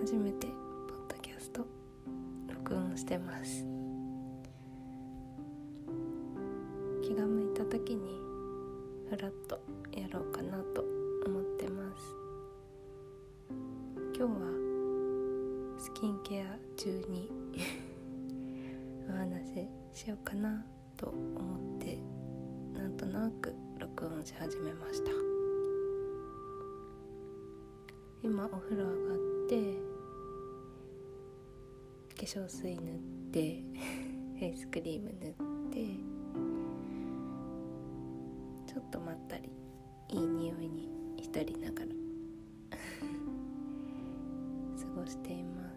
初めてポッドキャスト録音してます。気が向いた時にふらっとやろうかなと思ってます。今日はスキンケア中にお話ししようかなと思ってなんとなく録音し始めました。今お風呂上がって化粧水塗ってフェイスクリーム塗ってちょっとまったりいい匂いに浸りながら過ごしています。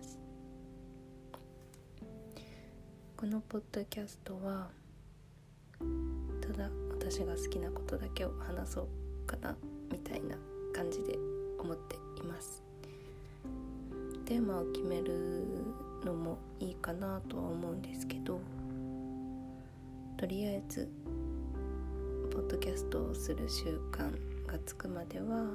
このポッドキャストはただ私が好きなことだけを話そうかなみたいな感じで思っています。テーマを決めるのもいいかなとは思うんですけど、とりあえずポッドキャストをする習慣がつくまでは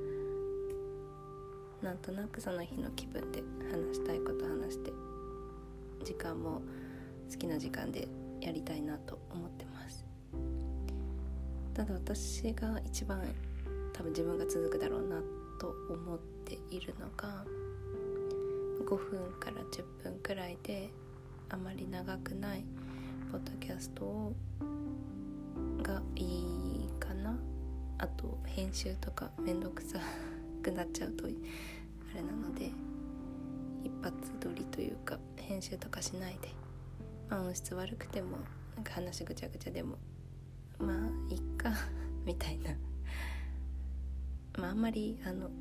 なんとなくその日の気分で話したいこと話して時間も好きな時間でやりたいなと思ってます。ただ私が一番多分自分が続くだろうなと思っているのが5分から10分くらいであまり長くないポッドキャストがいいかな。あと編集とかめんどくさくなっちゃうとあれなので一発撮りというか編集とかしないで、音質悪くてもなんか話ぐちゃぐちゃでもまあいっかみたいな、あんまり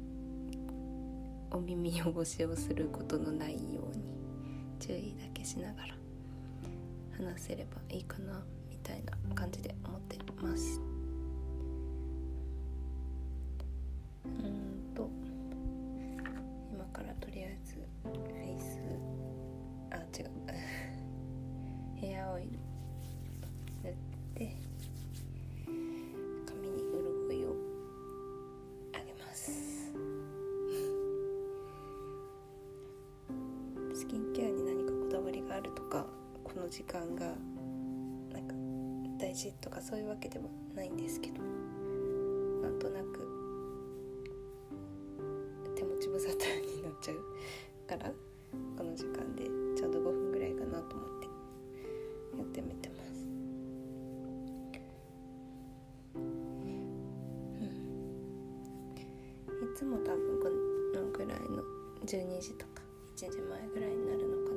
お耳汚しをすることのないように注意だけしながら話せればいいかなみたいな感じで思ってます。今からとりあえずヘアオイル塗って髪に潤いをあげます。スキンケアに何かこだわりがあるとかこの時間がなんか大事とかそういうわけではないんですけど、なんとなく手持ち無沙汰になっちゃうからこの時間でちょうど5分ぐらいかなと思ってやってみてます。いつも多分このぐらいの12時とか1時前ぐらいになるのか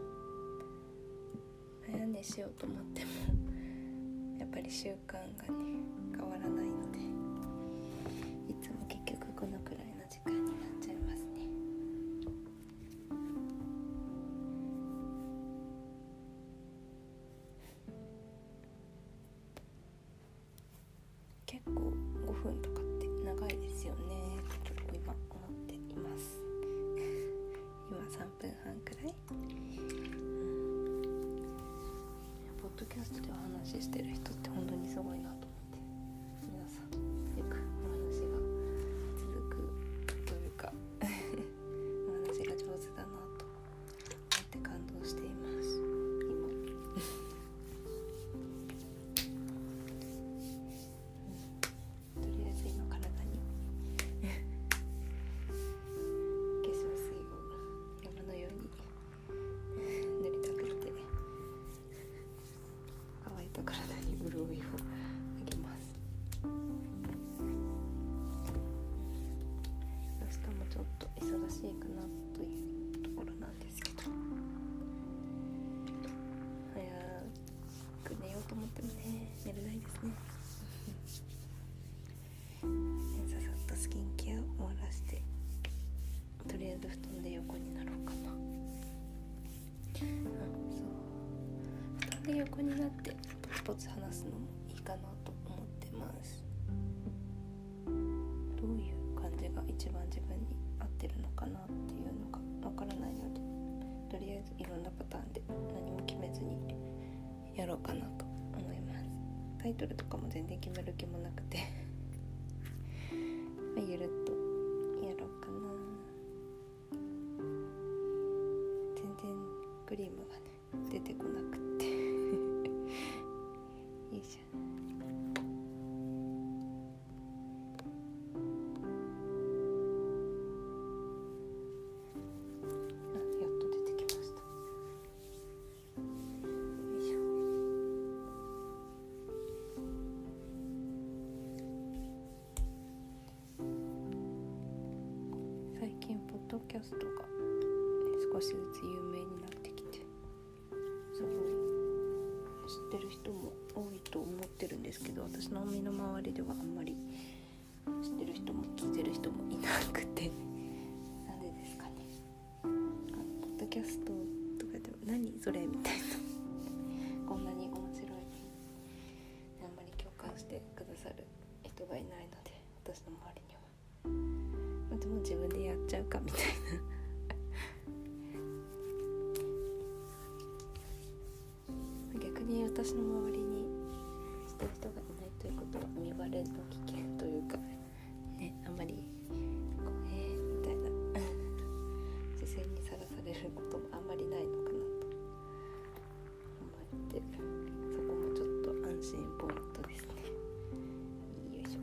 な。早寝しようと思ってもやっぱり習慣がね変わらないのでいつも結局このくらいの時間になっちゃいますね。結構5分とかって長いですよねと今思っています。今3分半くらい、ポッドキャストでお話ししてる人って本当にすごいなと思って、皆さんよくお話が続くというかお話が上手だなと思って感動しています今とりあえず今体に化粧水を山のように塗りたくって乾いた体に潤いをあげます。明日もちょっと忙しいかなというところなんですけど、早く寝ようと思ってもね寝れないですねささっとスキンケアを終わらせてとりあえず布団で横になろうかな。布団で横になってポツポツ話すのもいいかなと思ってます。どういう感じが一番自分に合ってるのかなっていうのがわからないので、とりあえずいろんなパターンで何も決めずにやろうかなと思います。タイトルとかも全然決める気もなくてゆるっとやろうかな。 クリームがね出てこなくってよいしょ。やっと出てきました。よいしょ。最近ポッドキャストが少しずつ有名になってきて、すごい知ってる人も多いと思ってるんですけど、私の身の回りではあんまり知ってる人も聞いてる人もいなくてなんでですかね。ポッドキャストとかでも何それみたいなこんなに面白いのにあんまり共感してくださる人がいないので、私の周りにはでも自分でやっちゃうかみたいな逆に私の周りにしてる人がいないということは見バレの危険というかね、あんまりこうみたいな視線にさらされることもあんまりないのかなと思って、そこもちょっと安心ポイントですね。よいしょ。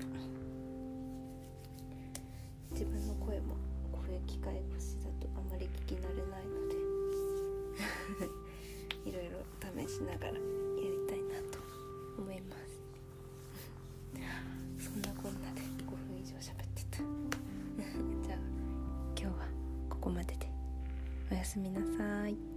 自分の声もこういう機械越しだとあんまり聞き慣れないのでいろいろ試しながらやりたいなと思いますそんなこんなで5分以上喋ってたじゃあ今日はここまででおやすみなさい。